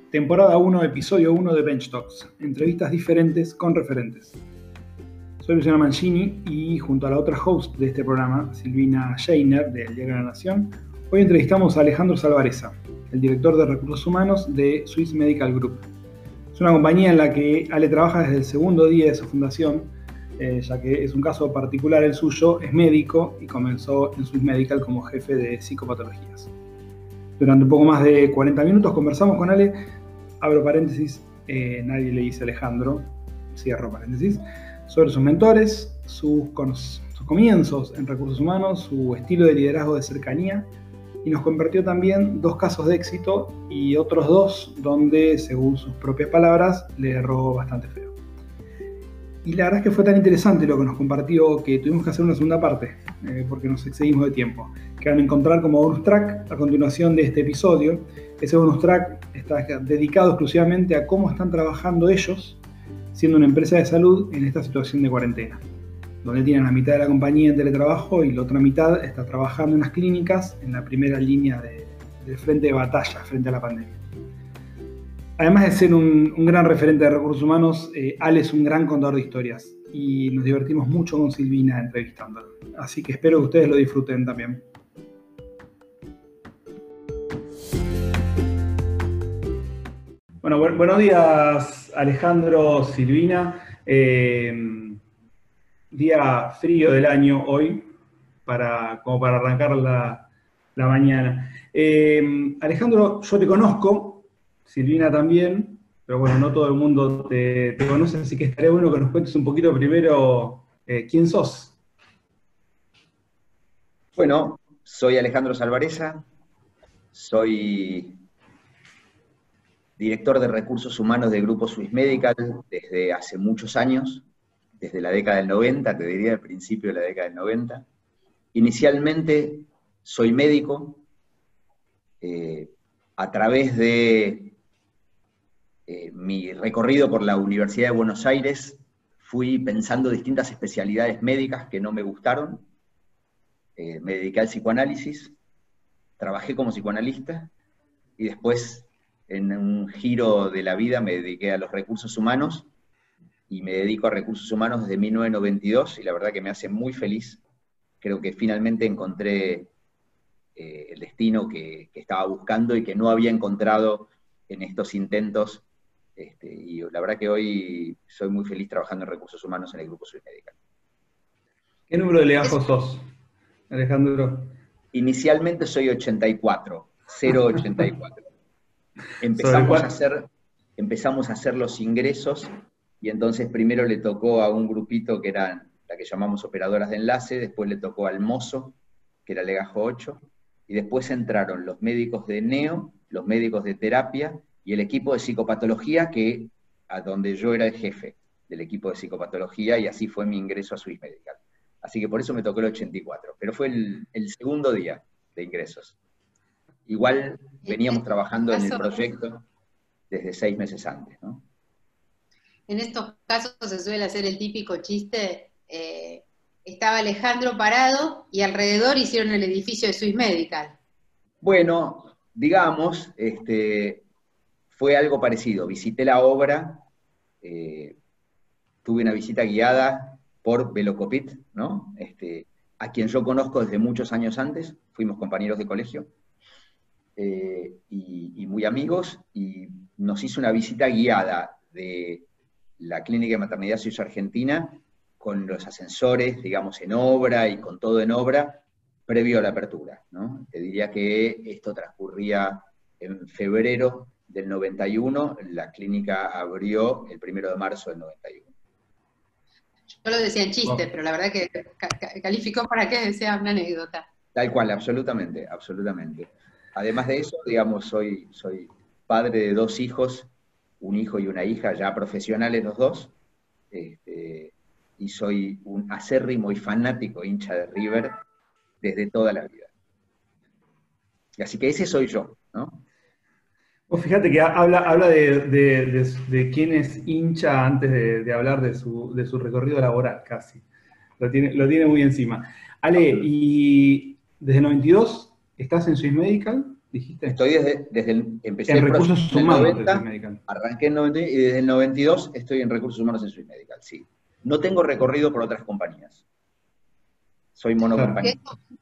Temporada 1, episodio 1 de Bench Talks. Entrevistas diferentes con referentes. Soy Luciano Mancini y junto a la otra host de este programa, Silvina Scheiner, del Diario de la Nación, hoy entrevistamos a Alejandro Salvareza, el director de Recursos Humanos de Swiss Medical Group. Es una compañía en la que Ale trabaja desde el segundo día de su fundación, ya que es un caso particular el suyo, es médico y comenzó en Swiss Medical como jefe de psicopatologías. Durante un poco más de 40 minutos conversamos con Ale, abro paréntesis, nadie le dice Alejandro, cierro paréntesis, sobre sus mentores, sus comienzos en recursos humanos, su estilo de liderazgo de cercanía, y nos compartió también 2 casos de éxito y otros 2 donde, según sus propias palabras, le erró bastante feo. Y la verdad es que fue tan interesante lo que nos compartió que tuvimos que hacer una segunda parte, porque nos excedimos de tiempo, que van a encontrar como bonus track a continuación de este episodio. Ese bonus track está dedicado exclusivamente a cómo están trabajando ellos, siendo una empresa de salud en esta situación de cuarentena, donde tienen la mitad de la compañía en teletrabajo y la otra mitad está trabajando en las clínicas en la primera línea del frente de batalla frente a la pandemia. Además de ser un gran referente de recursos humanos, Ale es un gran contador de historias y nos divertimos mucho con Silvina entrevistándolo. Así que espero que ustedes lo disfruten también. Bueno, buenos días Alejandro, Silvina. Día frío del año hoy, como para arrancar la mañana. Alejandro, yo te conozco, Silvina también, pero bueno, no todo el mundo te conoce, así que estaría bueno que nos cuentes un poquito primero quién sos. Bueno, soy Alejandro Salvareza, soy director de Recursos Humanos del Grupo Swiss Medical desde hace muchos años, desde la década del 90, te diría, al principio de la década del 90. Inicialmente soy médico, a través de mi recorrido por la Universidad de Buenos Aires, fui pensando distintas especialidades médicas que no me gustaron. Me dediqué al psicoanálisis, trabajé como psicoanalista, y después, en un giro de la vida, me dediqué a los recursos humanos, y me dedico a recursos humanos desde 1992, y la verdad que me hace muy feliz. Creo que finalmente encontré el destino que estaba buscando y que no había encontrado en estos intentos. Y la verdad que hoy soy muy feliz trabajando en recursos humanos en el Grupo Swiss Medical. ¿Qué número de legajos sos, Alejandro? Inicialmente soy 84, 084. Empezamos a hacer los ingresos, y entonces primero le tocó a un grupito que eran la que llamamos operadoras de enlace, después le tocó al mozo, que era legajo 8, y después entraron los médicos de neo, los médicos de terapia, y el equipo de psicopatología, a donde yo era el jefe del equipo de psicopatología, y así fue mi ingreso a Swiss Medical. Así que por eso me tocó el 84, pero fue el segundo día de ingresos. Igual veníamos trabajando en el proyecto desde 6 meses antes, ¿no? En estos casos se suele hacer el típico chiste, estaba Alejandro parado y alrededor hicieron el edificio de Swiss Medical. Bueno, digamos, fue algo parecido. Visité la obra, tuve una visita guiada por Velocopit, ¿no? A quien yo conozco desde muchos años antes, fuimos compañeros de colegio, y muy amigos, y nos hizo una visita guiada de la Clínica de Maternidad Suizo-Argentina, con los ascensores, digamos, en obra, y con todo en obra, previo a la apertura, ¿no? Te diría que esto transcurría en febrero del 91, la clínica abrió el 1 de marzo del 91. Yo lo decía en chiste, pero la verdad que calificó para que sea una anécdota. Tal cual, absolutamente, absolutamente. Además de eso, digamos, soy padre de 2 hijos, un hijo y una hija ya profesionales los dos, y soy un acérrimo y fanático hincha de River desde toda la vida. Así que ese soy yo, ¿no? Vos fíjate que habla de quién es hincha antes de hablar de su recorrido laboral, casi. Lo tiene muy encima. Ale, y desde el 92 estás en Swiss Medical, dijiste. Estoy empecé En el proceso recursos en el humanos de 90, Swiss Medical. arranqué en 90 y desde el 92 estoy en recursos humanos en Swiss Medical, sí. No tengo recorrido por otras compañías. Soy monocompañía.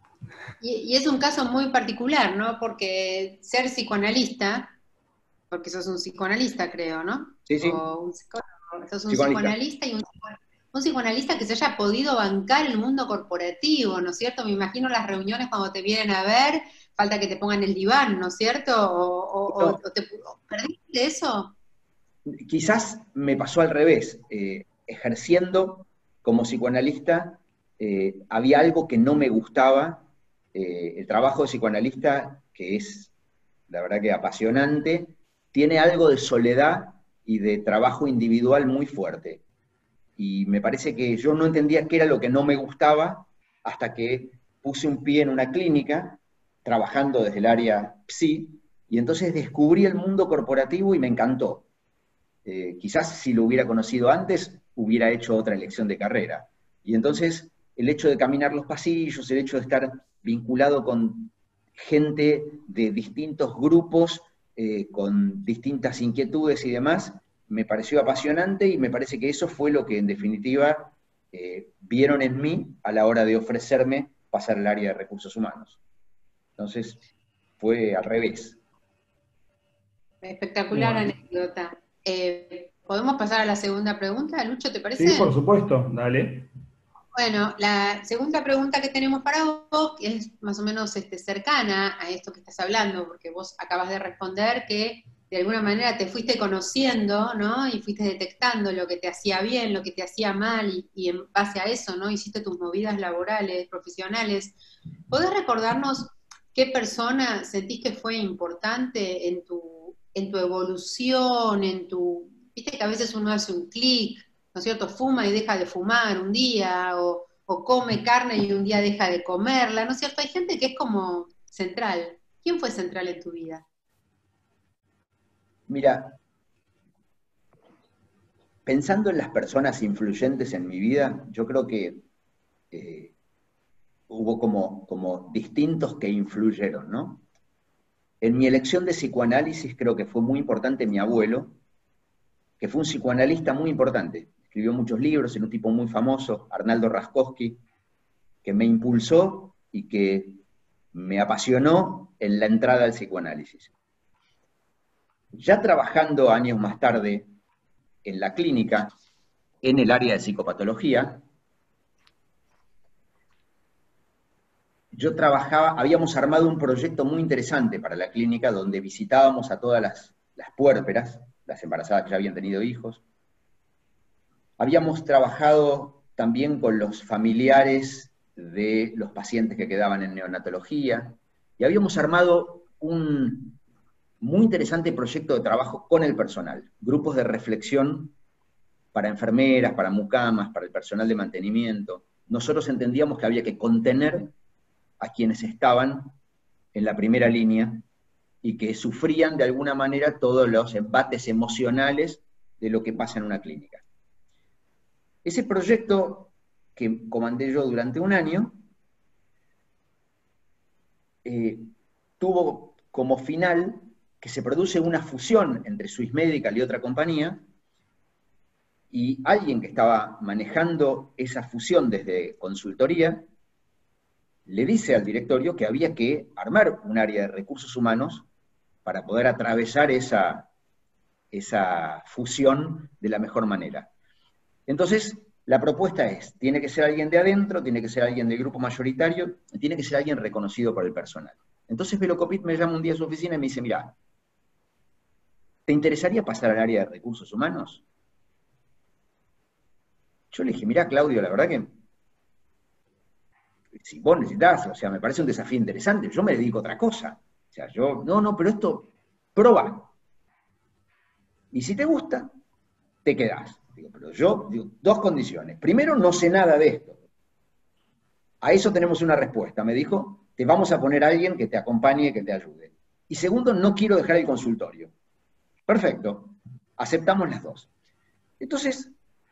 Y es un caso muy particular, ¿no? Porque ser psicoanalista, porque sos un psicoanalista, creo, ¿no? Sí, sí. O un psicólogo, sos un Psicoanalista. psicoanalista y un psicoanalista que se haya podido bancar el mundo corporativo, ¿no es cierto? Me imagino las reuniones cuando te vienen a ver, falta que te pongan el diván, ¿no es cierto? No, ¿Perdiste eso? quizás me pasó al revés. Ejerciendo como psicoanalista, había algo que no me gustaba. El trabajo de psicoanalista, que es la verdad que apasionante, tiene algo de soledad y de trabajo individual muy fuerte. Y me parece que yo no entendía qué era lo que no me gustaba hasta que puse un pie en una clínica, trabajando desde el área psi, y entonces descubrí el mundo corporativo y me encantó. Quizás si lo hubiera conocido antes, hubiera hecho otra elección de carrera. Y entonces el hecho de caminar los pasillos, el hecho de estar vinculado con gente de distintos grupos, con distintas inquietudes y demás, me pareció apasionante y me parece que eso fue lo que en definitiva vieron en mí a la hora de ofrecerme pasar al área de recursos humanos. Entonces fue al revés. Espectacular Bueno. anécdota. ¿Podemos pasar a la segunda pregunta, Lucho, te parece? Sí, por supuesto, dale. Bueno, la segunda pregunta que tenemos para vos, que es más o menos cercana a esto que estás hablando, porque vos acabas de responder que de alguna manera te fuiste conociendo, ¿no? Y fuiste detectando lo que te hacía bien, lo que te hacía mal, y en base a eso, ¿no? Hiciste tus movidas laborales, profesionales. ¿Podés recordarnos qué persona sentís que fue importante en tu evolución, viste que a veces uno hace un clic, ¿no es cierto? Fuma y deja de fumar un día, o come carne y un día deja de comerla, ¿no es cierto? Hay gente que es como central. ¿Quién fue central en tu vida? Mira, pensando en las personas influyentes en mi vida, yo creo que hubo como distintos que influyeron, ¿no? En mi elección de psicoanálisis creo que fue muy importante mi abuelo, que fue un psicoanalista muy importante. Escribió muchos libros, era un tipo muy famoso, Arnaldo Raskowski, que me impulsó y que me apasionó en la entrada al psicoanálisis. Ya trabajando años más tarde en la clínica, en el área de psicopatología, habíamos armado un proyecto muy interesante para la clínica donde visitábamos a todas las puérperas, las embarazadas que ya habían tenido hijos. Habíamos trabajado también con los familiares de los pacientes que quedaban en neonatología y habíamos armado un muy interesante proyecto de trabajo con el personal, grupos de reflexión para enfermeras, para mucamas, para el personal de mantenimiento. Nosotros entendíamos que había que contener a quienes estaban en la primera línea y que sufrían de alguna manera todos los embates emocionales de lo que pasa en una clínica. Ese proyecto que comandé yo durante un año tuvo como final que se produce una fusión entre Swiss Medical y otra compañía, y alguien que estaba manejando esa fusión desde consultoría le dice al directorio que había que armar un área de recursos humanos para poder atravesar esa fusión de la mejor manera. Entonces, la propuesta es, tiene que ser alguien de adentro, tiene que ser alguien del grupo mayoritario, tiene que ser alguien reconocido por el personal. Entonces Velocopit me llama un día a su oficina y me dice, mira, ¿te interesaría pasar al área de recursos humanos? Yo le dije, mira, Claudio, la verdad que si vos necesitás, o sea, me parece un desafío interesante, yo me dedico a otra cosa. O sea, no, pero esto, probá. Y si te gusta, te quedás. Digo, pero yo, dos condiciones. Primero, no sé nada de esto. A eso tenemos una respuesta. Me dijo, te vamos a poner a alguien que te acompañe, que te ayude. Y segundo, no quiero dejar el consultorio. Perfecto. Aceptamos las dos. Entonces,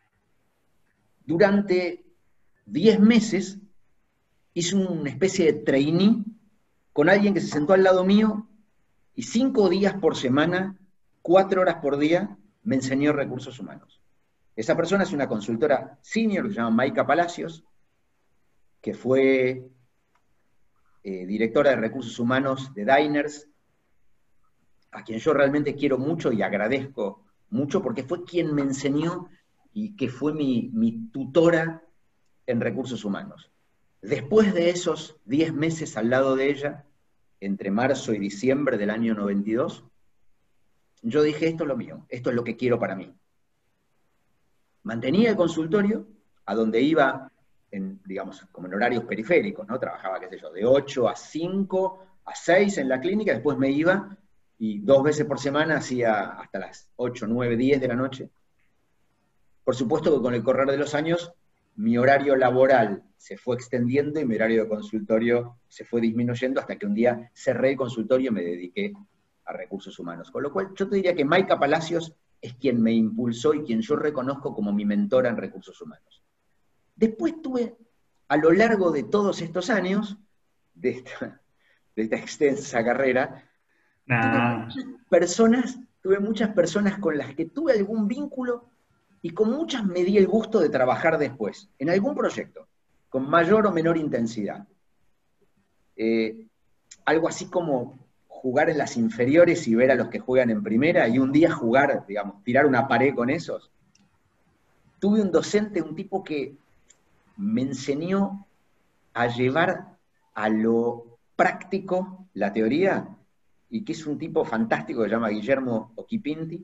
durante 10 meses hice una especie de trainee con alguien que se sentó al lado mío y 5 días por semana, 4 horas por día, me enseñó recursos humanos. Esa persona es una consultora senior que se llama Maika Palacios, que fue directora de recursos humanos de Diners, a quien yo realmente quiero mucho y agradezco mucho, porque fue quien me enseñó y que fue mi tutora en recursos humanos. Después de esos 10 meses al lado de ella, entre marzo y diciembre del año 92, yo dije, esto es lo mío, esto es lo que quiero para mí. Mantenía el consultorio, a donde iba, digamos, como en horarios periféricos, ¿no? Trabajaba, qué sé yo, de 8 a 5, a 6 en la clínica, después me iba, y 2 veces por semana hacía hasta las 8, 9, 10 de la noche. Por supuesto que con el correr de los años, mi horario laboral se fue extendiendo y mi horario de consultorio se fue disminuyendo hasta que un día cerré el consultorio y me dediqué a recursos humanos. Con lo cual yo te diría que Maika Palacios es quien me impulsó y quien yo reconozco como mi mentora en recursos humanos. Después tuve, a lo largo de todos estos años, de esta extensa carrera, tuve muchas personas con las que tuve algún vínculo y con muchas me di el gusto de trabajar después, en algún proyecto, con mayor o menor intensidad. Algo así como jugar en las inferiores y ver a los que juegan en primera, y un día jugar, digamos, tirar una pared con esos. Tuve un docente, un tipo que me enseñó a llevar a lo práctico la teoría, y que es un tipo fantástico que se llama Guillermo Occhipinti.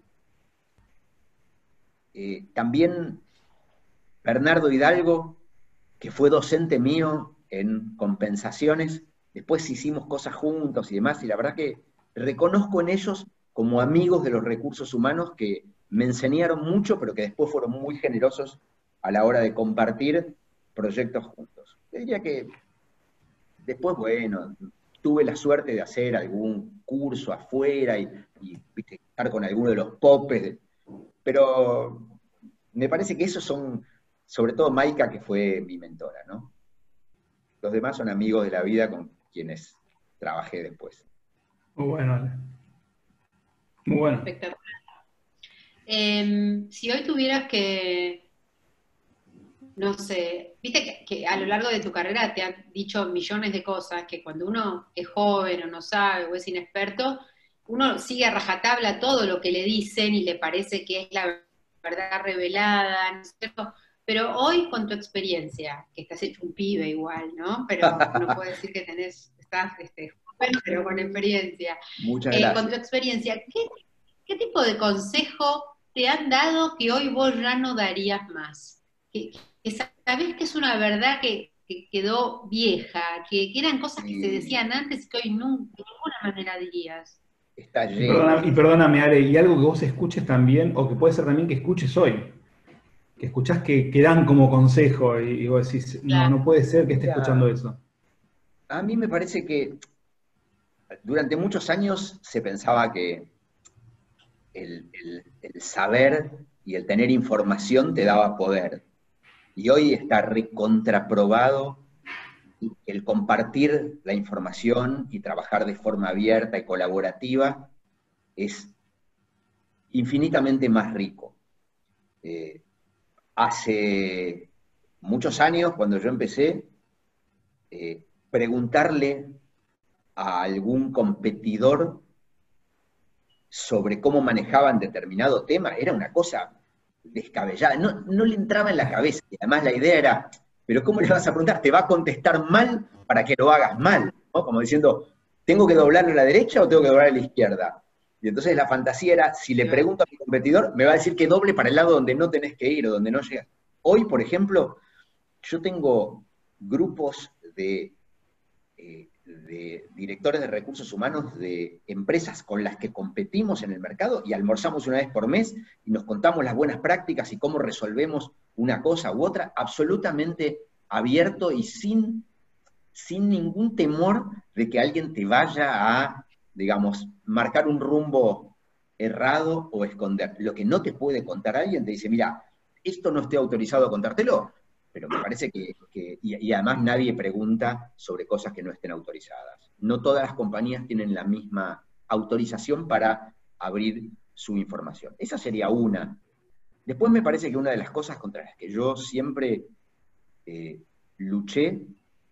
También Bernardo Hidalgo, que fue docente mío en compensaciones, después hicimos cosas juntos y demás, y la verdad que reconozco en ellos como amigos de los recursos humanos que me enseñaron mucho, pero que después fueron muy generosos a la hora de compartir proyectos juntos. Yo diría que después, bueno, tuve la suerte de hacer algún curso afuera y ¿viste? Estar con alguno de los popes, pero me parece que esos son, sobre todo Maika, que fue mi mentora, ¿no? Los demás son amigos de la vida con quienes trabajé después. Muy bueno, Ale. Muy bueno. Espectacular. Si hoy tuvieras que, no sé, viste que a lo largo de tu carrera te han dicho millones de cosas que cuando uno es joven o no sabe o es inexperto, uno sigue a rajatabla todo lo que le dicen y le parece que es la verdad revelada, ¿no es cierto? Pero hoy, con tu experiencia, que estás hecho un pibe igual, ¿no? Pero no puedo decir que estás joven, pero con experiencia. Muchas gracias. Con tu experiencia, ¿qué tipo de consejo te han dado que hoy vos ya no darías más? Que sabés que es una verdad que quedó vieja, que eran cosas que se decían antes y que hoy de ninguna manera dirías. Está lleno. Y perdóname, Ale, y algo que vos escuches también, o que puede ser también que escuches hoy, que escuchás que dan como consejo y vos decís, Claro. no puede ser que esté escuchando eso. A mí me parece que durante muchos años se pensaba que el saber y el tener información te daba poder. Y hoy está recontraprobado el compartir la información y trabajar de forma abierta y colaborativa es infinitamente más rico. Hace muchos años, cuando yo empecé, preguntarle a algún competidor sobre cómo manejaban determinado tema era una cosa descabellada, no le entraba en la cabeza, y además la idea era, pero ¿cómo le vas a preguntar? Te va a contestar mal para que lo hagas mal, ¿no? Como diciendo, ¿tengo que doblarle a la derecha o tengo que doblar a la izquierda? Y entonces la fantasía era, si le pregunto a mi competidor, me va a decir que doble para el lado donde no tenés que ir o donde no llegas. Hoy, por ejemplo, yo tengo grupos de directores de recursos humanos de empresas con las que competimos en el mercado y almorzamos una vez por mes y nos contamos las buenas prácticas y cómo resolvemos una cosa u otra, absolutamente abierto y sin ningún temor de que alguien te vaya a, digamos, marcar un rumbo errado o esconder. Lo que no te puede contar alguien te dice, mira, esto no estoy autorizado a contártelo, pero me parece y además nadie pregunta sobre cosas que no estén autorizadas. No todas las compañías tienen la misma autorización para abrir su información. Esa sería una. Después me parece que una de las cosas contra las que yo siempre luché,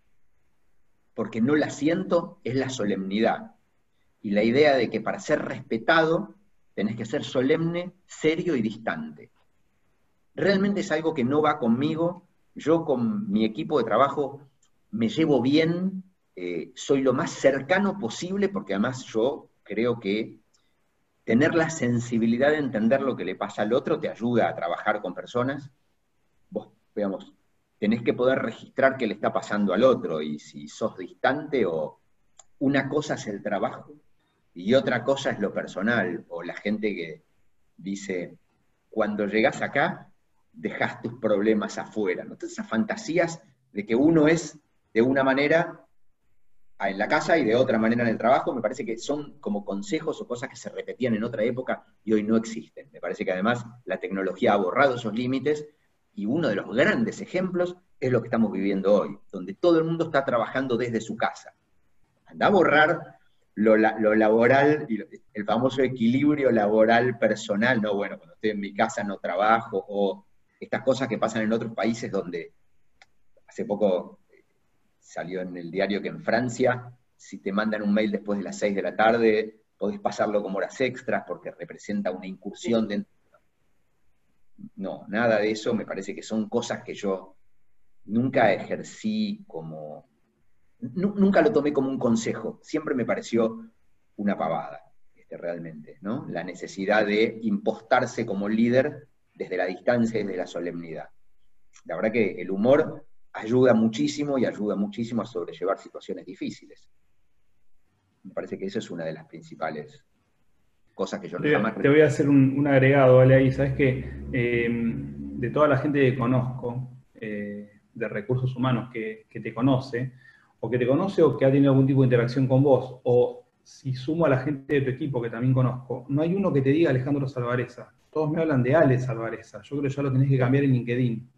porque no la siento, es la solemnidad. Y la idea de que para ser respetado tenés que ser solemne, serio y distante. Realmente es algo que no va conmigo. Yo con mi equipo de trabajo me llevo bien, soy lo más cercano posible, porque además yo creo que tener la sensibilidad de entender lo que le pasa al otro te ayuda a trabajar con personas. Vos, digamos, tenés que poder registrar qué le está pasando al otro, y si sos distante, o una cosa es el trabajo y otra cosa es lo personal, o la gente que dice, cuando llegás acá, dejás tus problemas afuera, ¿no? Todas esas fantasías de que uno es de una manera en la casa y de otra manera en el trabajo, me parece que son como consejos o cosas que se repetían en otra época y hoy no existen. Me parece que además la tecnología ha borrado esos límites, y uno de los grandes ejemplos es lo que estamos viviendo hoy, donde todo el mundo está trabajando desde su casa. Anda a borrar lo laboral, y el famoso equilibrio laboral personal, no, bueno, cuando estoy en mi casa no trabajo, o estas cosas que pasan en otros países donde hace poco salió en el diario que en Francia, si te mandan un mail después de las 6 de la tarde, podés pasarlo como horas extras porque representa una incursión dentro. No, nada de eso. Me parece que son cosas que yo nunca ejercí como... Nunca lo tomé como un consejo, siempre me pareció una pavada, realmente, ¿no? La necesidad de impostarse como líder desde la distancia y desde la solemnidad. La verdad que el humor ayuda muchísimo, y ayuda muchísimo a sobrellevar situaciones difíciles. Me parece que eso es una de las principales cosas que yo jamás... Te voy a hacer un agregado, ¿vale? Ahí, sabes que de toda la gente que conozco, de recursos humanos que te conoce o que ha tenido algún tipo de interacción con vos, o si sumo a la gente de tu equipo que también conozco, no hay uno que te diga Alejandro Salvarezza. Todos me hablan de Ale Salvarezza. Yo creo que ya lo tenés que cambiar en LinkedIn.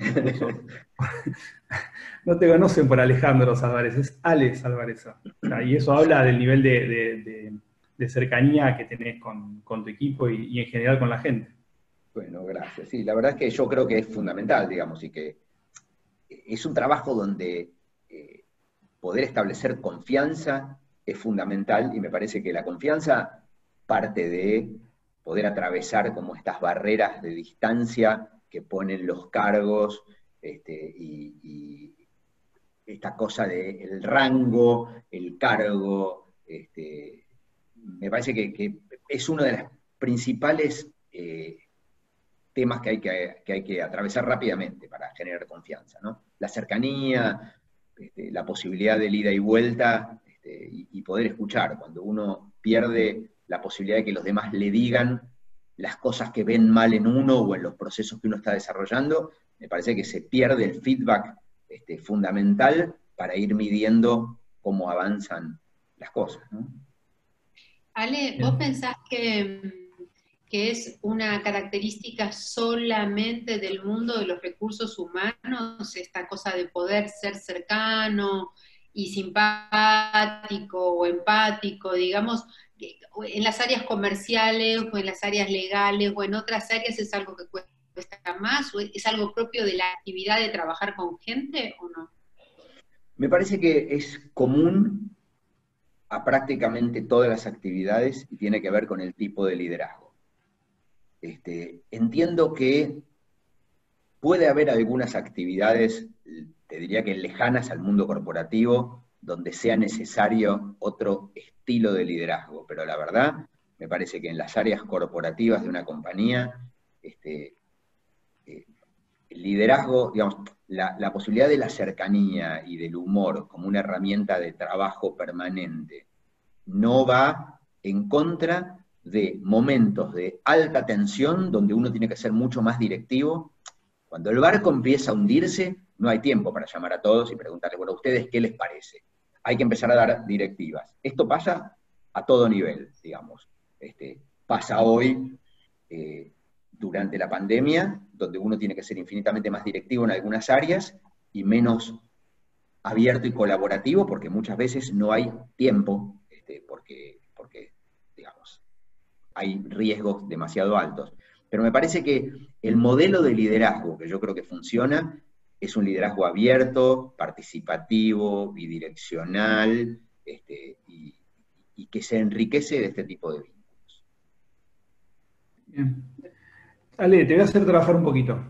No te conocen por Alejandro Salvarezza, es Ale Salvarezza. O sea, y eso habla del nivel de cercanía que tenés con tu equipo y en general con la gente. Bueno, gracias. Sí, la verdad es que yo creo que es fundamental, digamos, y que es un trabajo donde poder establecer confianza es fundamental, y me parece que la confianza parte de poder atravesar como estas barreras de distancia que ponen los cargos, y esta cosa del rango, el cargo, me parece que es uno de los principales temas que hay que atravesar rápidamente para generar confianza, ¿no? La cercanía, la posibilidad de ida y vuelta, y poder escuchar. Cuando uno pierde la posibilidad de que los demás le digan las cosas que ven mal en uno o en los procesos que uno está desarrollando, me parece que se pierde el feedback fundamental para ir midiendo cómo avanzan las cosas, ¿no? Ale, ¿vos pensás que es una característica solamente del mundo de los recursos humanos, esta cosa de poder ser cercano y simpático o empático, digamos, en las áreas comerciales o en las áreas legales o en otras áreas es algo que cuesta más, o es algo propio de la actividad de trabajar con gente o no? Me parece que es común a prácticamente todas las actividades y tiene que ver con el tipo de liderazgo. Entiendo que puede haber algunas actividades, te diría que lejanas al mundo corporativo, donde sea necesario otro estilo de liderazgo, pero la verdad, me parece que en las áreas corporativas de una compañía, el liderazgo, digamos, la posibilidad de la cercanía y del humor como una herramienta de trabajo permanente, no va en contra de momentos de alta tensión donde uno tiene que ser mucho más directivo. Cuando el barco empieza a hundirse, no hay tiempo para llamar a todos y preguntarles, bueno, ¿a ustedes qué les parece? Hay que empezar a dar directivas. Esto pasa a todo nivel, digamos. Pasa hoy, durante la pandemia, donde uno tiene que ser infinitamente más directivo en algunas áreas y menos abierto y colaborativo, porque muchas veces no hay tiempo, porque hay riesgos demasiado altos. Pero me parece que el modelo de liderazgo que yo creo que funciona es un liderazgo abierto, participativo, bidireccional, y que se enriquece de este tipo de vínculos. Bien. Ale, te voy a hacer trabajar un poquito.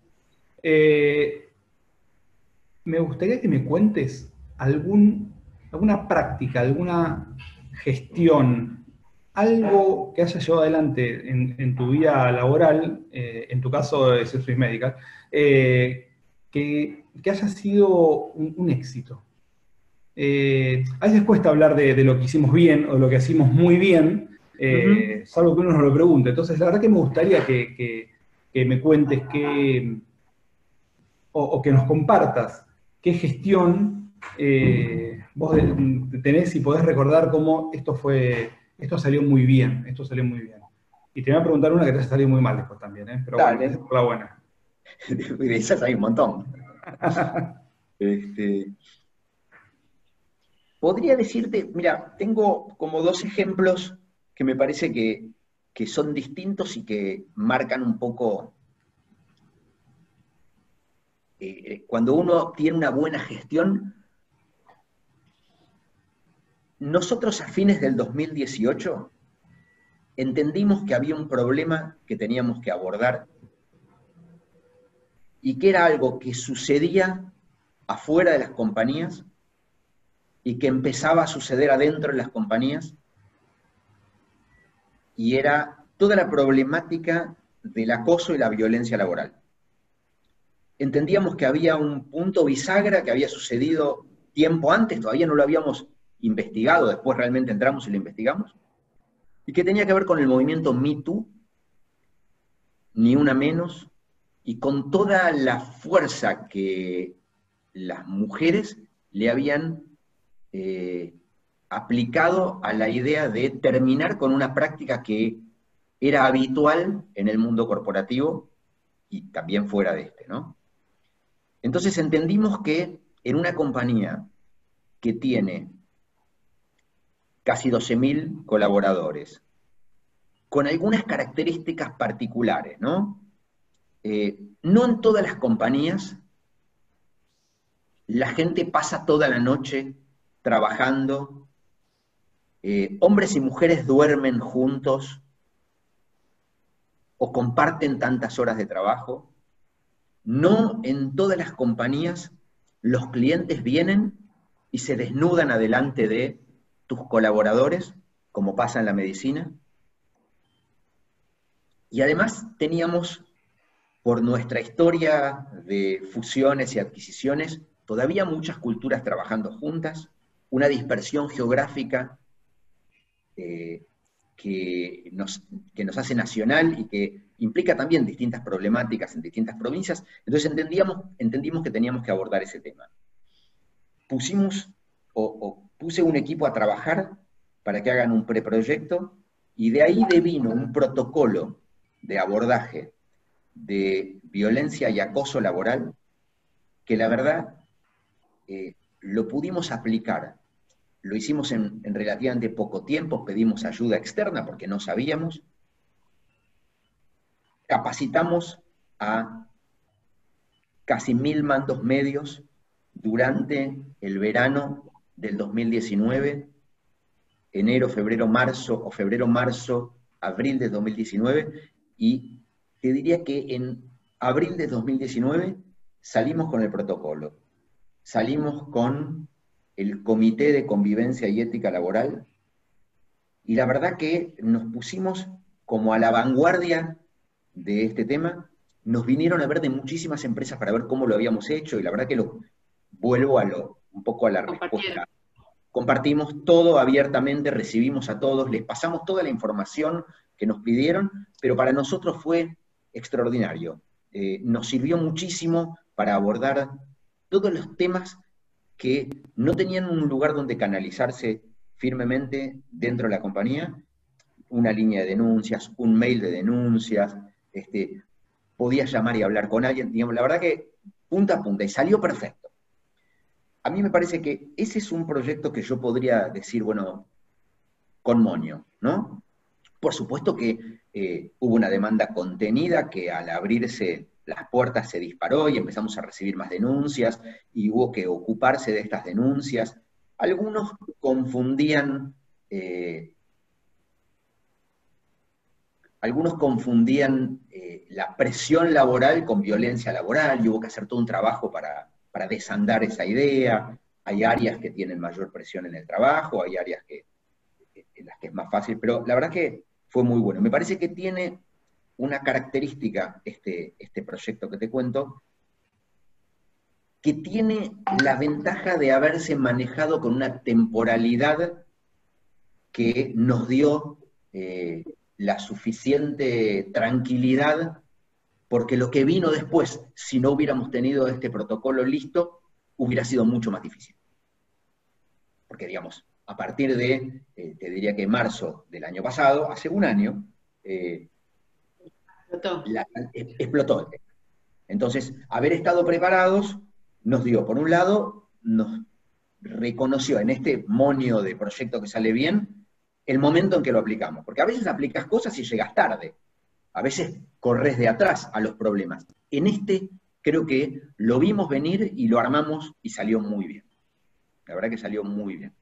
Me gustaría que me cuentes alguna práctica, alguna gestión, algo que hayas llevado adelante en tu vida laboral, en tu caso de Swiss Medical, que haya sido un éxito. A veces cuesta hablar de lo que hicimos bien o lo que hicimos muy bien, salvo que uno nos lo pregunte. Entonces, la verdad que me gustaría que me cuentes o que nos compartas qué gestión vos tenés y podés recordar cómo esto salió muy bien, esto salió muy bien. Y te voy a preguntar una que te haya salido muy mal después también, pero Dale. bueno, esa es por la buena. De esas hay un montón. Podría decirte, mira, tengo como dos ejemplos que me parece que son distintos y que marcan un poco cuando uno tiene una buena gestión. Nosotros a fines del 2018 entendimos que había un problema que teníamos que abordar y que era algo que sucedía afuera de las compañías y que empezaba a suceder adentro de las compañías, y era toda la problemática del acoso y la violencia laboral. Entendíamos que había un punto bisagra que había sucedido tiempo antes, todavía no lo habíamos investigado, después realmente entramos y lo investigamos, y que tenía que ver con el movimiento Me Too, ni una menos, y con toda la fuerza que las mujeres le habían aplicado a la idea de terminar con una práctica que era habitual en el mundo corporativo y también fuera de este, ¿no? Entonces entendimos que en una compañía que tiene casi 12.000 colaboradores, con algunas características particulares, ¿no? No en todas las compañías la gente pasa toda la noche trabajando, hombres y mujeres duermen juntos o comparten tantas horas de trabajo. No en todas las compañías los clientes vienen y se desnudan adelante de tus colaboradores, como pasa en la medicina. Y además teníamos, por nuestra historia de fusiones y adquisiciones, todavía muchas culturas trabajando juntas, una dispersión geográfica que nos hace nacional y que implica también distintas problemáticas en distintas provincias. Entonces entendimos que teníamos que abordar ese tema. Puse un equipo a trabajar para que hagan un preproyecto, y de ahí devino un protocolo de abordaje de violencia y acoso laboral, que la verdad lo pudimos aplicar. Lo hicimos en relativamente poco tiempo, pedimos ayuda externa porque no sabíamos, capacitamos a casi 1.000 mandos medios durante el verano del 2019, enero, febrero, marzo, o febrero, marzo, abril de 2019, y te diría que en abril de 2019 salimos con el protocolo, salimos con el Comité de Convivencia y Ética Laboral, y la verdad que nos pusimos como a la vanguardia de este tema. Nos vinieron a ver de muchísimas empresas para ver cómo lo habíamos hecho, y la verdad que vuelvo un poco a la respuesta. Compartimos todo abiertamente, recibimos a todos, les pasamos toda la información que nos pidieron, pero para nosotros fue extraordinario. Nos sirvió muchísimo para abordar todos los temas que no tenían un lugar donde canalizarse firmemente dentro de la compañía. Una línea de denuncias, un mail de denuncias, podías llamar y hablar con alguien, digamos, la verdad que punta a punta, y salió perfecto. A mí me parece que ese es un proyecto que yo podría decir, bueno, con moño, ¿no? Por supuesto que hubo una demanda contenida que al abrirse las puertas se disparó y empezamos a recibir más denuncias y hubo que ocuparse de estas denuncias. Algunos confundían la presión laboral con violencia laboral y hubo que hacer todo un trabajo para desandar esa idea. Hay áreas que tienen mayor presión en el trabajo, hay áreas en las que es más fácil, pero la verdad que fue muy bueno. Me parece que tiene una característica este proyecto que te cuento, que tiene la ventaja de haberse manejado con una temporalidad que nos dio la suficiente tranquilidad, porque lo que vino después, si no hubiéramos tenido este protocolo listo, hubiera sido mucho más difícil. Porque, digamos, a partir de, te diría que marzo del año pasado, hace un año, explotó. Entonces, haber estado preparados nos dio, por un lado, nos reconoció en este monio de proyecto que sale bien, el momento en que lo aplicamos. Porque a veces aplicas cosas y llegas tarde. A veces corres de atrás a los problemas. En este, creo que lo vimos venir y lo armamos y salió muy bien. La verdad que salió muy bien.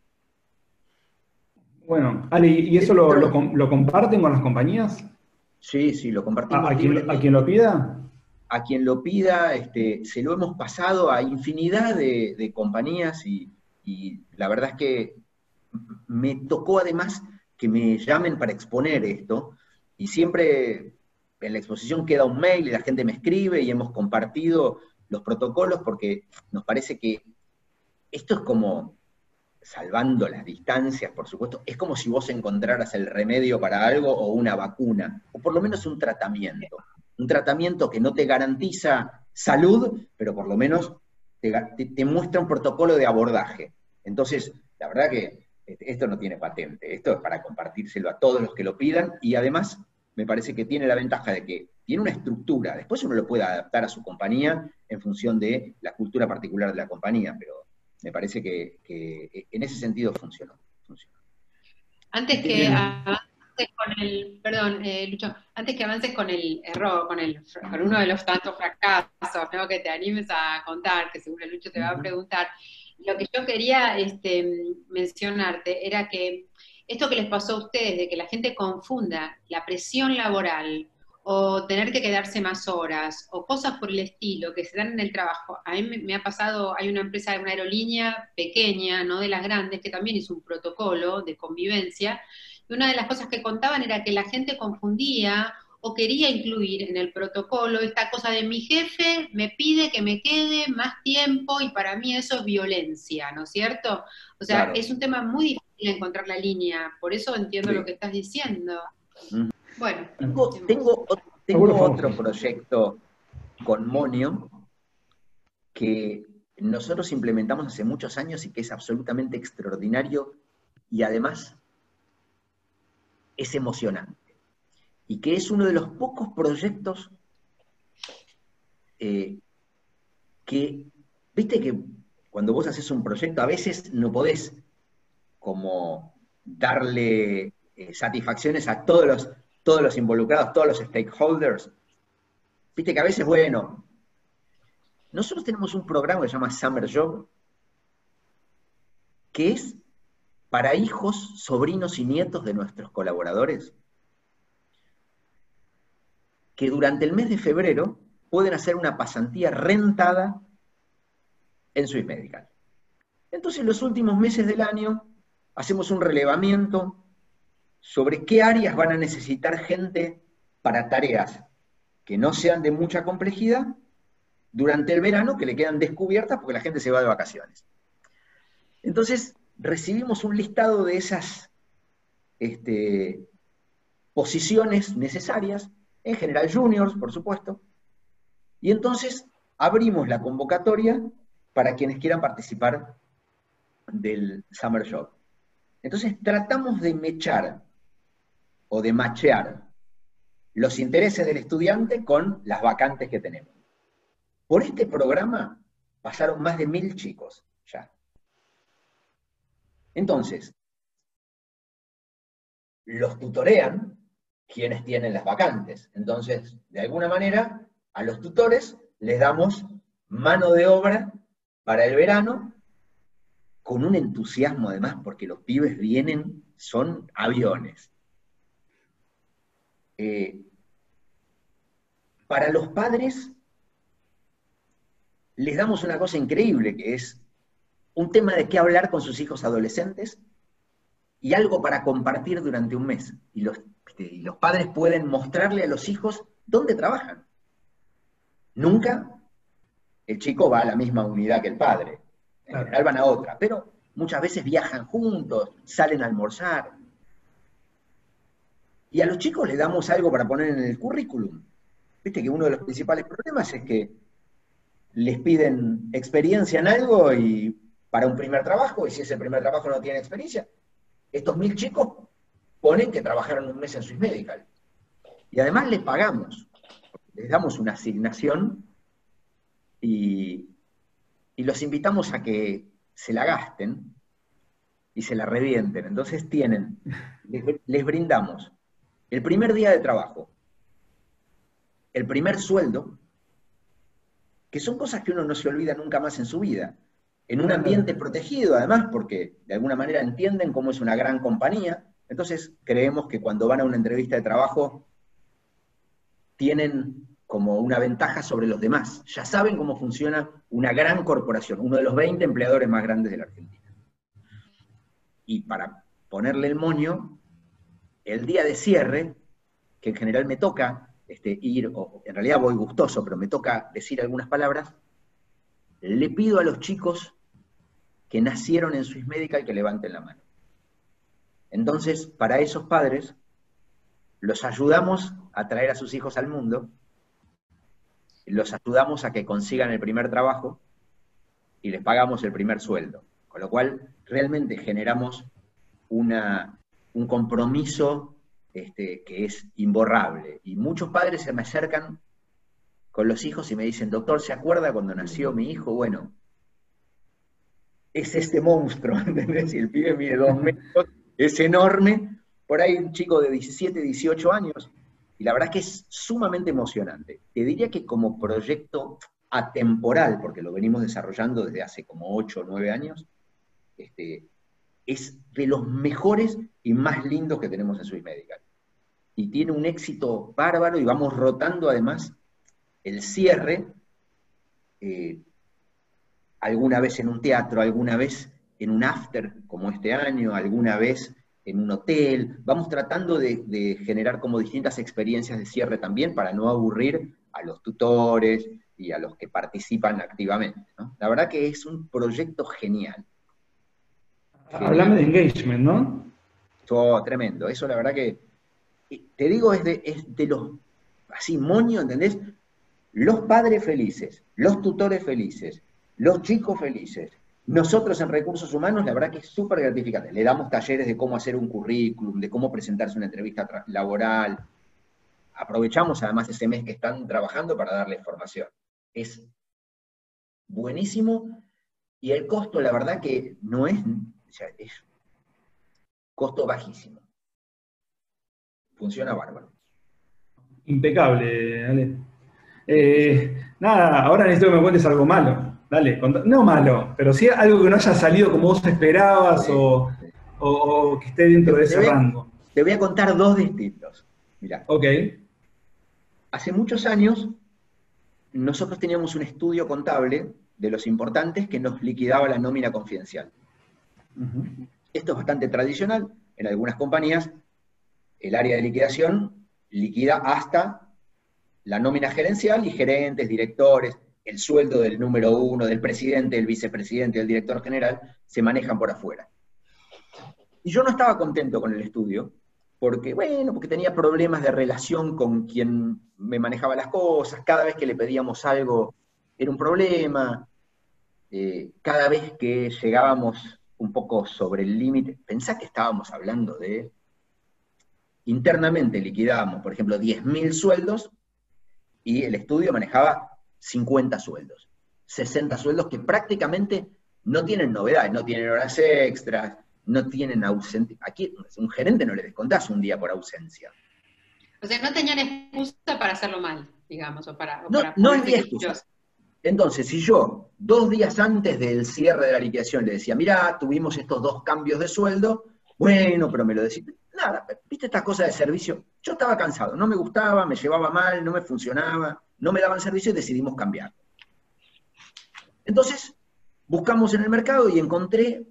Bueno, Ale, ¿y eso lo comparten con las compañías? Sí, lo compartimos. ¿A quien lo pida? A quien lo pida, se lo hemos pasado a infinidad de compañías y la verdad es que me tocó además que me llamen para exponer esto, y siempre en la exposición queda un mail y la gente me escribe y hemos compartido los protocolos porque nos parece que esto es como, salvando las distancias, por supuesto, es como si vos encontraras el remedio para algo o una vacuna, o por lo menos un tratamiento que no te garantiza salud, pero por lo menos te muestra un protocolo de abordaje. Entonces, la verdad que esto no tiene patente, esto es para compartírselo a todos los que lo pidan, y además me parece que tiene la ventaja de que tiene una estructura, después uno lo puede adaptar a su compañía en función de la cultura particular de la compañía, pero me parece que en ese sentido funcionó. Antes que avances con el, perdón, Lucho, antes que avances con el error, con uno de los tantos fracasos, ¿no?, que te animes a contar, que seguro Lucho te va a preguntar, lo que yo quería mencionarte era que esto que les pasó a ustedes, de que la gente confunda la presión laboral o tener que quedarse más horas, o cosas por el estilo que se dan en el trabajo. A mí me ha pasado, hay una empresa, una aerolínea pequeña, no de las grandes, que también hizo un protocolo de convivencia, y una de las cosas que contaban era que la gente confundía o quería incluir en el protocolo esta cosa de mi jefe me pide que me quede más tiempo, y para mí eso es violencia, ¿no es cierto? O sea, claro, es un tema muy difícil encontrar la línea, por eso entiendo lo que estás diciendo. Bueno, tengo otro proyecto con Monio que nosotros implementamos hace muchos años y que es absolutamente extraordinario y además es emocionante. Y que es uno de los pocos proyectos que, viste que cuando vos haces un proyecto a veces no podés como darle satisfacciones a todos los involucrados, todos los stakeholders. Viste que a veces, bueno, nosotros tenemos un programa que se llama Summer Job, que es para hijos, sobrinos y nietos de nuestros colaboradores, que durante el mes de febrero pueden hacer una pasantía rentada en Swiss Medical. Entonces, los últimos meses del año hacemos un relevamiento sobre qué áreas van a necesitar gente para tareas que no sean de mucha complejidad durante el verano, que le quedan descubiertas porque la gente se va de vacaciones. Entonces, recibimos un listado de esas posiciones necesarias, en general juniors, por supuesto, y entonces abrimos la convocatoria para quienes quieran participar del Summer Job. Entonces tratamos de mechar o de machear los intereses del estudiante con las vacantes que tenemos. Por este programa pasaron más de 1000 chicos ya. Entonces, los tutorean quienes tienen las vacantes. Entonces, de alguna manera, a los tutores les damos mano de obra para el verano, con un entusiasmo además, porque los pibes vienen, son aviones. Para los padres, les damos una cosa increíble, que es un tema de qué hablar con sus hijos adolescentes y algo para compartir durante un mes. Y los padres pueden mostrarle a los hijos dónde trabajan. Nunca el chico va a la misma unidad que el padre. En general van a otra, pero muchas veces viajan juntos, salen a almorzar. Y a los chicos les damos algo para poner en el currículum. Viste que uno de los principales problemas es que les piden experiencia en algo y para un primer trabajo, y si ese primer trabajo no tiene experiencia, estos 1000 chicos ponen que trabajaron un mes en Swiss Medical. Y además les pagamos, les damos una asignación y los invitamos a que se la gasten y se la revienten. Entonces les brindamos el primer día de trabajo, el primer sueldo, que son cosas que uno no se olvida nunca más en su vida, en un ambiente protegido además, porque de alguna manera entienden cómo es una gran compañía. Entonces creemos que cuando van a una entrevista de trabajo tienen como una ventaja sobre los demás. Ya saben cómo funciona una gran corporación, uno de los 20 empleadores más grandes de la Argentina. Y para ponerle el moño, el día de cierre, que en general me toca ir, o en realidad voy gustoso, pero me toca decir algunas palabras, le pido a los chicos que nacieron en Swiss Medical que levanten la mano. Entonces, para esos padres, los ayudamos a traer a sus hijos al mundo, los ayudamos a que consigan el primer trabajo y les pagamos el primer sueldo. Con lo cual, realmente generamos un compromiso que es imborrable. Y muchos padres se me acercan con los hijos y me dicen, doctor, ¿se acuerda cuando nació mi hijo? Bueno, es este monstruo, ¿entendés? Y el pibe mide 2 metros, es enorme, por ahí un chico de 17, 18 años, y la verdad que es sumamente emocionante. Te diría que como proyecto atemporal, porque lo venimos desarrollando desde hace como 8 o 9 años, es de los mejores y más lindos que tenemos en Swiss Medical. Y tiene un éxito bárbaro, y vamos rotando además el cierre, alguna vez en un teatro, alguna vez en un after, como este año, alguna vez en un hotel. Vamos tratando de generar como distintas experiencias de cierre también, para no aburrir a los tutores y a los que participan activamente, ¿no? La verdad que es un proyecto genial. Hablame de engagement, ¿no? Todo tremendo. Eso la verdad que, te digo, es de los, así, moño, ¿entendés? Los padres felices, los tutores felices, los chicos felices. Nosotros en recursos humanos, la verdad que es súper gratificante. Le damos talleres de cómo hacer un currículum, de cómo presentarse una entrevista laboral. Aprovechamos además ese mes que están trabajando para darles formación. Es buenísimo, y el costo, la verdad que no es, o sea, es costo bajísimo. Funciona bárbaro. Impecable, Ale. Nada, ahora necesito que me cuentes algo malo. Dale, no malo, pero sí algo que no haya salido como vos esperabas, o que esté dentro de ese rango. Te voy a contar 2 distintos. Mirá. Ok. Hace muchos años, nosotros teníamos un estudio contable de los importantes que nos liquidaba la nómina confidencial. Esto es bastante tradicional. En algunas compañías, el área de liquidación liquida hasta la nómina gerencial y gerentes, directores, el sueldo del número 1, del presidente, del vicepresidente, del director general, se manejan por afuera. Y yo no estaba contento con el estudio, porque tenía problemas de relación con quien me manejaba las cosas. Cada vez que le pedíamos algo era un problema. Cada vez que llegábamos un poco sobre el límite, pensá que estábamos hablando de, internamente liquidábamos, por ejemplo, 10.000 sueldos, y el estudio manejaba 50 sueldos, 60 sueldos que prácticamente no tienen novedades, no tienen horas extras, no tienen ausencia. Aquí un gerente no le descontás un día por ausencia. O sea, no tenían excusa para hacerlo mal, digamos, o para No ponerse había excusa. quisquillosos. Entonces, si yo 2 días antes del cierre de la liquidación le decía, mirá, tuvimos estos 2 cambios de sueldo, bueno, pero me lo decís, nada, viste estas cosas de servicio, yo estaba cansado, no me gustaba, me llevaba mal, no me funcionaba, no me daban servicio y decidimos cambiar. Entonces, buscamos en el mercado y encontré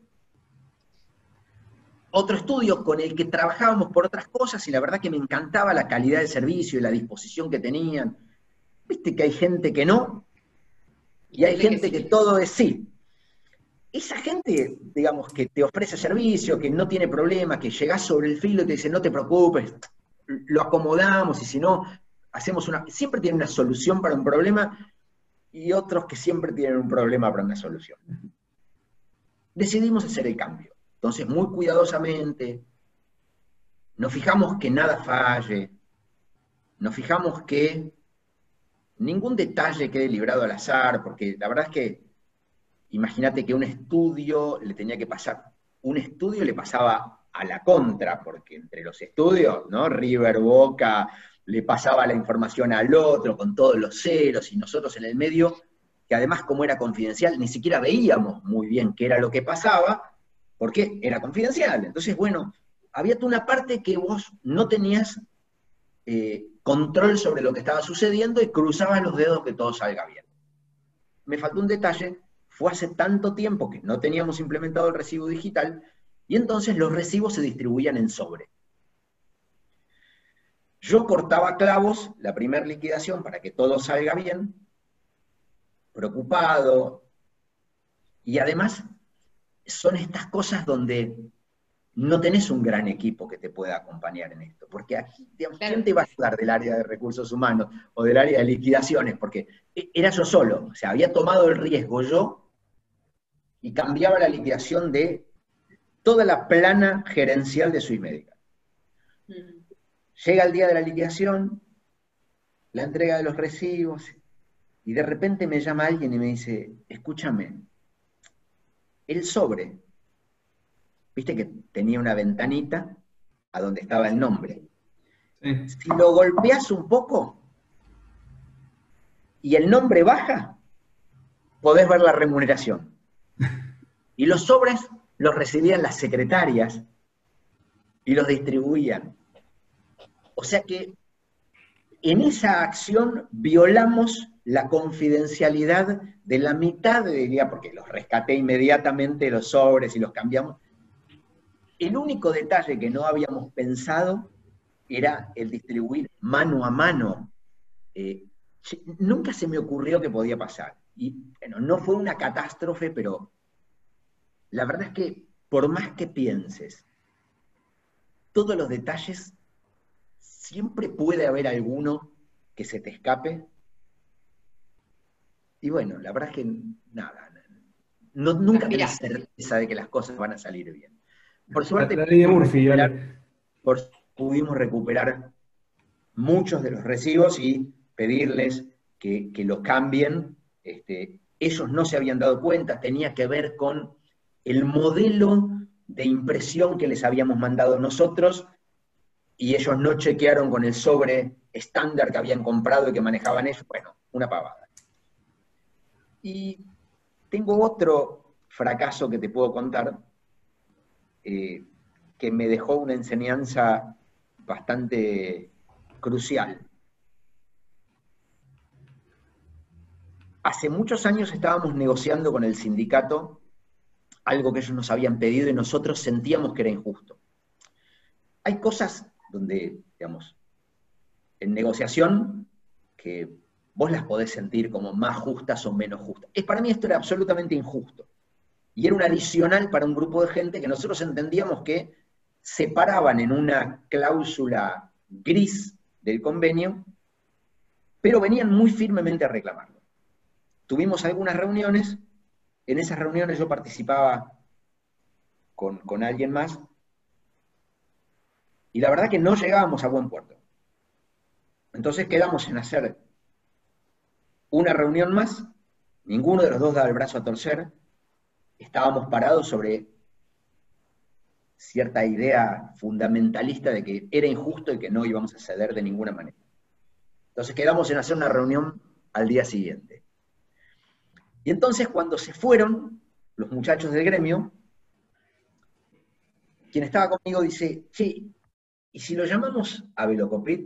otro estudio con el que trabajábamos por otras cosas y la verdad que me encantaba la calidad del servicio y la disposición que tenían. Viste que hay gente que no, y hay gente que todo es sí. Esa gente, digamos, que te ofrece servicio, que no tiene problema, que llegás sobre el filo y te dice, no te preocupes, lo acomodamos, y si no, hacemos una... Siempre tienen una solución para un problema, y otros que siempre tienen un problema para una solución. Decidimos hacer el cambio. Entonces, muy cuidadosamente, nos fijamos que nada falle, nos fijamos que ningún detalle quede librado al azar, porque la verdad es que imagínate que un estudio le tenía que pasar, un estudio le pasaba a la contra, porque entre los estudios, ¿no? River, Boca, le pasaba la información al otro con todos los ceros, y nosotros en el medio, que además como era confidencial, ni siquiera veíamos muy bien qué era lo que pasaba, porque era confidencial. Entonces, bueno, había toda una parte que vos no tenías control sobre lo que estaba sucediendo y cruzabas los dedos que todo salga bien. Me faltó un detalle. Fue hace tanto tiempo que no teníamos implementado el recibo digital, y entonces los recibos se distribuían en sobre. Yo cortaba clavos la primera liquidación para que todo salga bien, preocupado, y además son estas cosas donde no tenés un gran equipo que te pueda acompañar en esto, porque aquí, digamos, ¿quién te va a ayudar del área de recursos humanos o del área de liquidaciones? Porque era yo solo, o sea, había tomado el riesgo yo, y cambiaba la liquidación de toda la plana gerencial de Swiss Medical. Llega el día de la liquidación, la entrega de los recibos, y de repente me llama alguien y me dice, escúchame, el sobre, viste que tenía una ventanita a donde estaba el nombre. Sí. Si lo golpeas un poco y el nombre baja, podés ver la remuneración. Y los sobres los recibían las secretarias y los distribuían. O sea que en esa acción violamos la confidencialidad de la mitad, diría, porque los rescaté inmediatamente los sobres y los cambiamos. El único detalle que no habíamos pensado era el distribuir mano a mano. Nunca se me ocurrió que podía pasar. Y bueno, no fue una catástrofe, pero la verdad es que por más que pienses, todos los detalles, siempre puede haber alguno que se te escape. Y bueno, la verdad es que nada, nunca tenés certeza de que las cosas van a salir bien. Por suerte, la ley de Murphy, pudimos recuperar muchos de los recibos y pedirles que lo cambien. Ellos no se habían dado cuenta, tenía que ver con el modelo de impresión que les habíamos mandado nosotros, y ellos no chequearon con el sobre estándar que habían comprado y que manejaban ellos. Bueno, una pavada. Y tengo otro fracaso que te puedo contar, que me dejó una enseñanza bastante crucial. Hace muchos años estábamos negociando con el sindicato algo que ellos nos habían pedido y nosotros sentíamos que era injusto. Hay cosas donde, digamos, en negociación, que vos las podés sentir como más justas o menos justas. Para mí esto era absolutamente injusto. Y era un adicional para un grupo de gente que nosotros entendíamos que se paraban en una cláusula gris del convenio, pero venían muy firmemente a reclamarlo. Tuvimos algunas reuniones, en esas reuniones yo participaba con alguien más, y la verdad que no llegábamos a buen puerto. Entonces quedamos en hacer una reunión más, ninguno de los dos daba el brazo a torcer, estábamos parados sobre cierta idea fundamentalista de que era injusto y que no íbamos a ceder de ninguna manera. Entonces quedamos en hacer una reunión al día siguiente. Y entonces cuando se fueron los muchachos del gremio, quien estaba conmigo dice, che, ¿y si lo llamamos a Velocopit,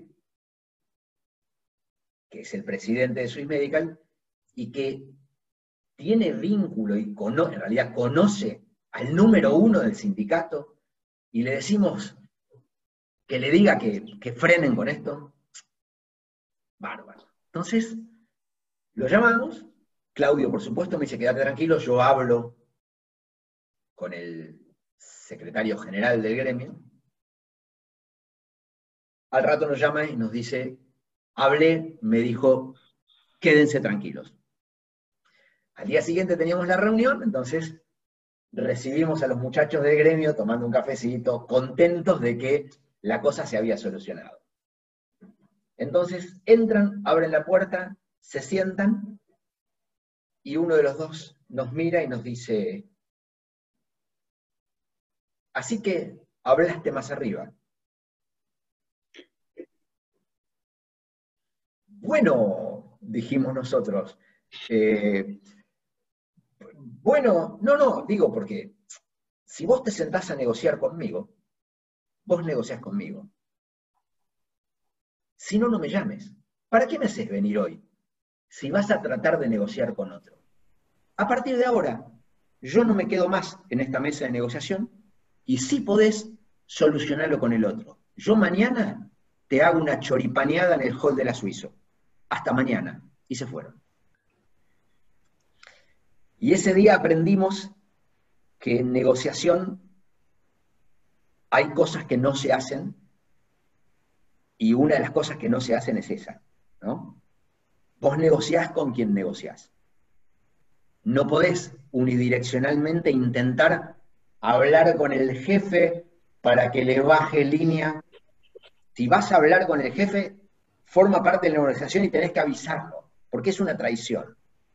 que es el presidente de Swiss Medical, y que tiene vínculo y en realidad conoce al número 1 del sindicato, y le decimos que le diga que frenen con esto? Bárbaro. Entonces, lo llamamos, Claudio, por supuesto, me dice, quédate tranquilo, yo hablo con el secretario general del gremio. Al rato nos llama y nos dice, hablé, me dijo, quédense tranquilos. Al día siguiente teníamos la reunión, entonces recibimos a los muchachos del gremio tomando un cafecito, contentos de que la cosa se había solucionado. Entonces entran, abren la puerta, se sientan, y uno de los dos nos mira y nos dice, así que hablaste más arriba. Bueno, dijimos nosotros, bueno, no, digo porque si vos te sentás a negociar conmigo, vos negociás conmigo. Si no, no me llames. ¿Para qué me haces venir hoy? Si vas a tratar de negociar con otro. A partir de ahora, yo no me quedo más en esta mesa de negociación y si podés, solucionarlo con el otro. Yo mañana te hago una choripaneada en el hall de la Suizo. Hasta mañana. Y se fueron. Y ese día aprendimos que en negociación hay cosas que no se hacen, y una de las cosas que no se hacen es esa, ¿no? Vos negociás con quien negociás. No podés unidireccionalmente intentar hablar con el jefe para que le baje línea. Si vas a hablar con el jefe, forma parte de la negociación y tenés que avisarlo, porque es una traición.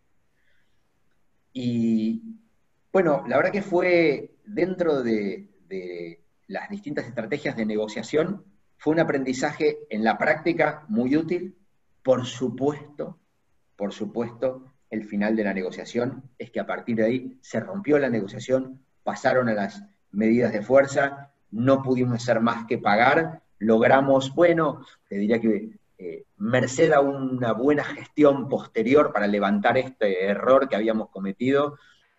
Y bueno, la verdad que fue dentro de las distintas estrategias de negociación, fue un aprendizaje en la práctica muy útil. Por supuesto, el final de la negociación es que a partir de ahí se rompió la negociación, pasaron a las medidas de fuerza, no pudimos hacer más que pagar, logramos, bueno, te diría que merced a una buena gestión posterior para levantar este error que habíamos cometido,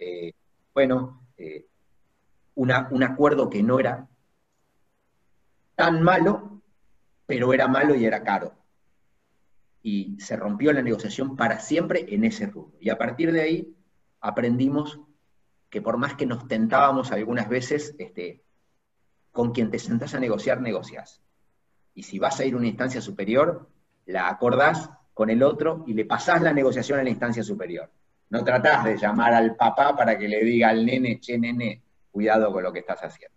un acuerdo que no era tan malo, pero era malo y era caro. Y se rompió la negociación para siempre en ese rubro. Y a partir de ahí aprendimos que por más que nos tentábamos algunas veces, con quien te sentás a negociar, negociás. Y si vas a ir a una instancia superior, la acordás con el otro y le pasás la negociación a la instancia superior. No tratás de llamar al papá para que le diga al nene, che nene, cuidado con lo que estás haciendo.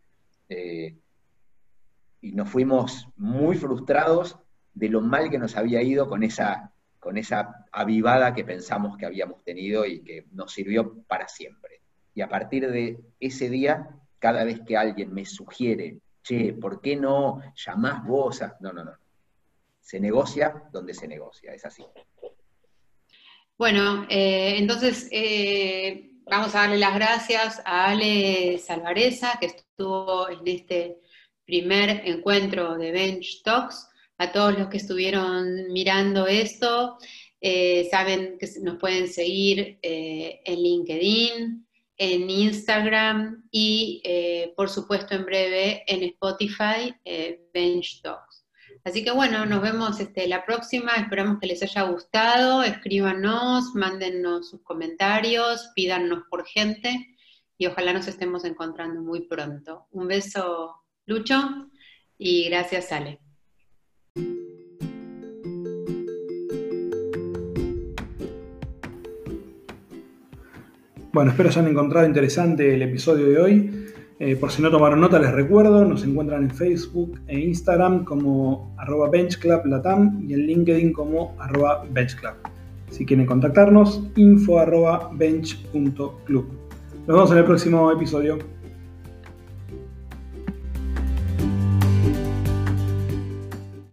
Y nos fuimos muy frustrados de lo mal que nos había ido con esa avivada que pensamos que habíamos tenido y que nos sirvió para siempre. Y a partir de ese día, cada vez que alguien me sugiere, che, ¿por qué no llamás vos a...? No. Se negocia donde se negocia, es así. Bueno, entonces vamos a darle las gracias a Ale Salvareza, que estuvo en este primer encuentro de Bench Talks. A todos los que estuvieron mirando esto, saben que nos pueden seguir en LinkedIn, en Instagram y, por supuesto, en breve en Spotify, Bench Talks. Así que bueno, nos vemos la próxima, esperamos que les haya gustado, escríbanos, mándennos sus comentarios, pídanos por gente y ojalá nos estemos encontrando muy pronto. Un beso, Lucho, y gracias, Ale. Bueno, espero hayan encontrado interesante el episodio de hoy. Por si no tomaron nota, les recuerdo, nos encuentran en Facebook e Instagram como @benchclublatam y en LinkedIn como @benchclub. Si quieren contactarnos, info@bench.club. Nos vemos en el próximo episodio.